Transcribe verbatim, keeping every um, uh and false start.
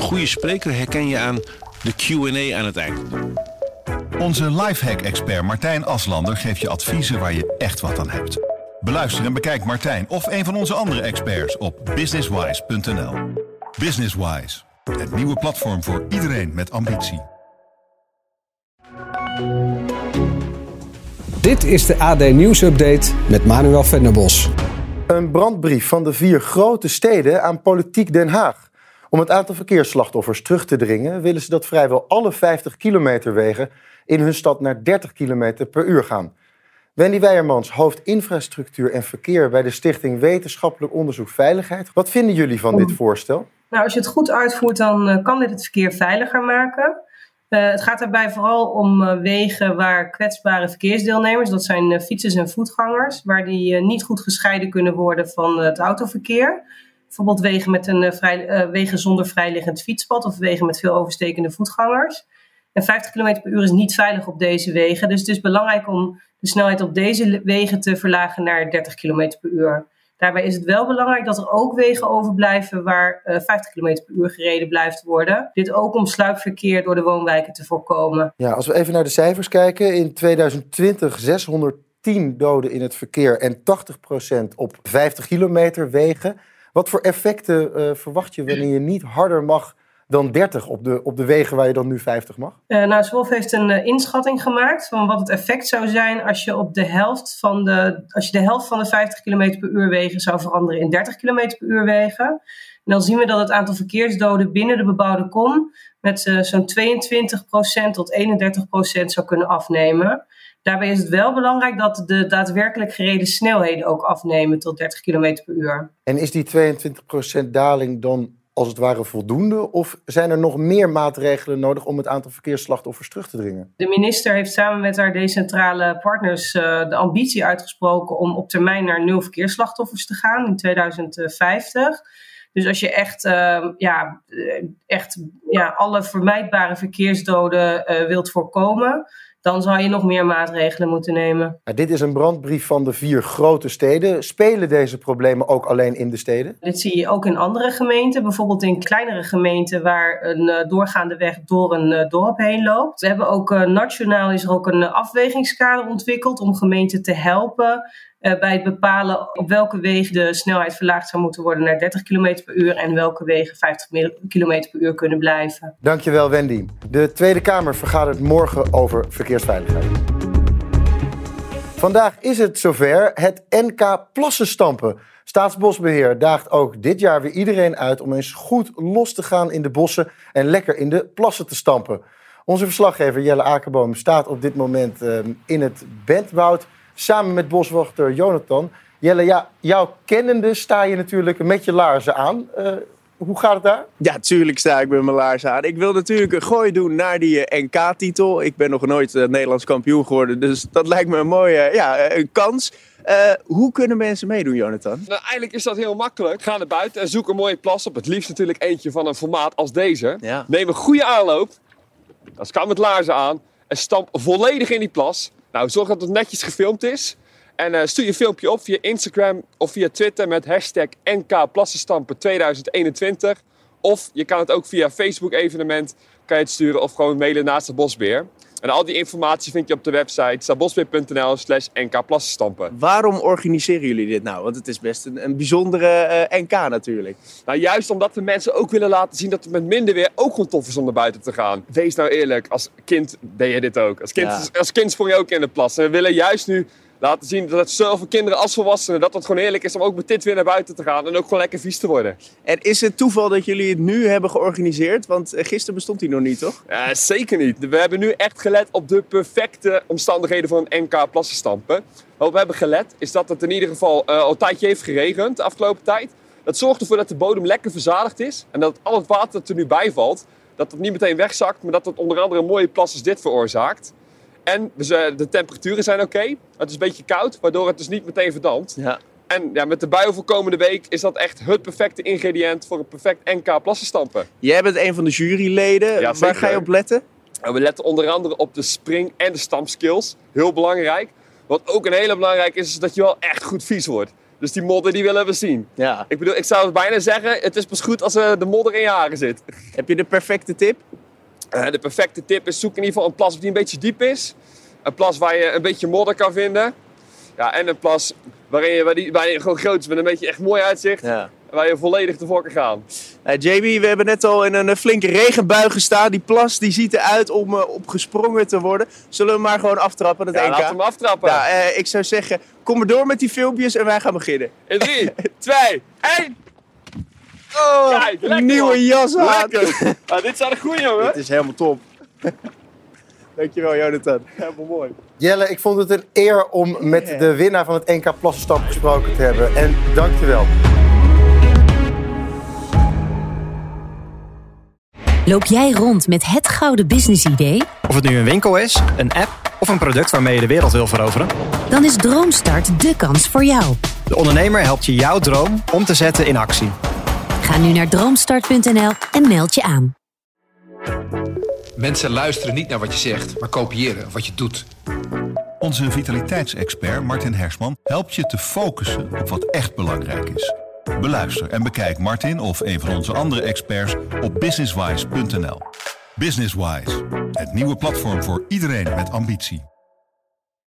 goede spreker herken je aan de Q en A aan het eind. Onze lifehack-expert Martijn Aslander geeft je adviezen waar je echt wat aan hebt. Beluister en bekijk Martijn of een van onze andere experts op businesswise punt n l. Businesswise, het nieuwe platform voor iedereen met ambitie. Dit is de A D Nieuws-update met Manuel Venderbos. Een brandbrief van de vier grote steden aan Politiek Den Haag. Om het aantal verkeersslachtoffers terug te dringen willen ze dat vrijwel alle vijftig kilometer wegen in hun stad naar dertig kilometer per uur gaan. Wendy Weijermans, hoofd infrastructuur en verkeer bij de Stichting Wetenschappelijk Onderzoek Veiligheid. Wat vinden jullie van dit voorstel? Nou, als je het goed uitvoert, dan uh, kan dit het verkeer veiliger maken. Uh, het gaat daarbij vooral om uh, wegen waar kwetsbare verkeersdeelnemers, dat zijn uh, fietsers en voetgangers, waar die uh, niet goed gescheiden kunnen worden van uh, het autoverkeer. Bijvoorbeeld wegen, met een, uh, vrij, uh, wegen zonder vrijliggend fietspad of wegen met veel overstekende voetgangers. En vijftig kilometer per uur is niet veilig op deze wegen. Dus het is belangrijk om de snelheid op deze wegen te verlagen naar dertig kilometer per uur. Daarbij is het wel belangrijk dat er ook wegen overblijven waar uh, vijftig kilometer per uur gereden blijft worden. Dit ook om sluipverkeer door de woonwijken te voorkomen. Ja, als we even naar de cijfers kijken. In tweeduizend twintig zeshonderdtien doden in het verkeer en tachtig procent op vijftig kilometer wegen. Wat voor effecten uh, verwacht je wanneer je niet harder mag dan dertig op de, op de wegen waar je dan nu vijftig mag? Uh, nou, Zwolf heeft een uh, inschatting gemaakt van wat het effect zou zijn als je op de helft van de, als je de helft van de vijftig kilometer per uur wegen zou veranderen in dertig kilometer per uur wegen. En dan zien we dat het aantal verkeersdoden binnen de bebouwde kom met uh, zo'n tweeëntwintig procent tot eenendertig procent zou kunnen afnemen. Daarbij is het wel belangrijk dat de daadwerkelijk gereden snelheden ook afnemen tot dertig kilometer per uur. En is die tweeëntwintig procent daling dan als het ware voldoende? Of zijn er nog meer maatregelen nodig om het aantal verkeersslachtoffers terug te dringen? De minister heeft samen met haar decentrale partners uh, de ambitie uitgesproken om op termijn naar nul verkeersslachtoffers te gaan in tweeduizend vijftig. Dus als je echt, uh, ja, echt ja, alle vermijdbare verkeersdoden uh, wilt voorkomen, dan zal je nog meer maatregelen moeten nemen. Ja, dit is een brandbrief van de vier grote steden. Spelen deze problemen ook alleen in de steden? Dit zie je ook in andere gemeenten. Bijvoorbeeld in kleinere gemeenten waar een uh, doorgaande weg door een uh, dorp heen loopt. We hebben ook uh, nationaal is er ook een uh, afwegingskader ontwikkeld om gemeenten te helpen Uh, bij het bepalen op welke wegen de snelheid verlaagd zou moeten worden naar dertig kilometer per uur en welke wegen vijftig kilometer per uur kunnen blijven. Dankjewel, Wendy. De Tweede Kamer vergadert morgen over verkeersveiligheid. Vandaag is het zover, het N K plassenstampen. Staatsbosbeheer daagt ook dit jaar weer iedereen uit om eens goed los te gaan in de bossen en lekker in de plassen te stampen. Onze verslaggever Jelle Akerboom staat op dit moment uh, in het Bentwoud samen met boswachter Jonathan. Jelle, ja, jouw kennende sta je natuurlijk met je laarzen aan. Uh, hoe gaat het daar? Ja, tuurlijk sta ik met mijn laarzen aan. Ik wil natuurlijk een gooi doen naar die N K-titel. Ik ben nog nooit uh, Nederlands kampioen geworden, dus dat lijkt me een mooie uh, ja, een kans. Uh, hoe kunnen mensen meedoen, Jonathan? Nou, eigenlijk is dat heel makkelijk. Ga naar buiten en zoek een mooie plas op. Het liefst natuurlijk eentje van een formaat als deze. Ja. Neem een goede aanloop. Dat kan met laarzen aan. En stamp volledig in die plas. Nou, zorg dat het netjes gefilmd is. En uh, stuur je filmpje op via Instagram of via Twitter met hashtag N K Plassenstampen tweeduizend eenentwintig. Of je kan het ook via Facebook evenement kan je het sturen of gewoon mailen naast de Bosbeheer. En al die informatie vind je op de website staatsbosbeheer punt n l slash N K Plassenstampen. Waarom organiseren jullie dit nou? Want het is best een, een bijzondere uh, N K natuurlijk. Nou, juist omdat we mensen ook willen laten zien dat het met minder weer ook gewoon tof is om naar buiten te gaan. Wees nou eerlijk, als kind deed je dit ook. Als kind, ja. als kind sprong je ook in de plas. En we willen juist nu laten zien dat het zowel voor kinderen als volwassenen dat het gewoon heerlijk is om ook met dit weer naar buiten te gaan en ook gewoon lekker vies te worden. En is het toeval dat jullie het nu hebben georganiseerd? Want gisteren bestond die nog niet, toch? Ja, zeker niet. We hebben nu echt gelet op de perfecte omstandigheden voor een N K plassenstampen. Wat we hebben gelet is dat het in ieder geval uh, al een tijdje heeft geregend de afgelopen tijd. Dat zorgt ervoor dat de bodem lekker verzadigd is en dat al het water dat er nu bijvalt, dat het niet meteen wegzakt, maar dat het onder andere een mooie plas als dit veroorzaakt. En de temperaturen zijn oké. Okay. Het is een beetje koud, waardoor het dus niet meteen verdampt. Ja. En ja, met de buien voor komende week is dat echt het perfecte ingrediënt voor een perfect N K plassenstampen. Jij bent een van de juryleden. Ja, waar ga je op letten? We letten onder andere op de spring- en de stampskills. Heel belangrijk. Wat ook een hele belangrijke is, is dat je wel echt goed vies wordt. Dus die modder die willen we zien. Ja. Ik bedoel, ik zou bijna zeggen, het is pas goed als uh, de modder in je haren zit. Heb je de perfecte tip? Uh, de perfecte tip is zoek in ieder geval een plas die een beetje diep is. Een plas waar je een beetje modder kan vinden. Ja, en een plas waarin je, waar die, waar je gewoon groot is met een beetje echt mooi uitzicht. Ja. Waar je volledig ervoor kan gaan. Uh, J B, we hebben net al in een flinke regenbui gestaan. Die plas die ziet eruit om uh, opgesprongen te worden. Zullen we maar gewoon aftrappen, dat ja, N K? laten we hem aftrappen. Ja, uh, ik zou zeggen, kom maar door met die filmpjes en wij gaan beginnen. In drie, twee, één. Oh, Kijk, lekker, nieuwe man. Jas aan. Lekker. Ah, dit zijn de goeie, jongen. Dit is helemaal top. Dankjewel, Jonathan. Helemaal mooi. Jelle, ik vond het een eer om met yeah. de winnaar van het N K Plassenstampen gesproken te hebben. En dankjewel. Loop jij rond met het gouden business-idee? Of het nu een winkel is, een app of een product waarmee je de wereld wil veroveren? Dan is Droomstart de kans voor jou. De ondernemer helpt je jouw droom om te zetten in actie. Ga nu naar droomstart punt n l en meld je aan. Mensen luisteren niet naar wat je zegt, maar kopiëren wat je doet. Onze vitaliteitsexpert Martin Hersman helpt je te focussen op wat echt belangrijk is. Beluister en bekijk Martin of een van onze andere experts op businesswise punt n l. Businesswise, het nieuwe platform voor iedereen met ambitie.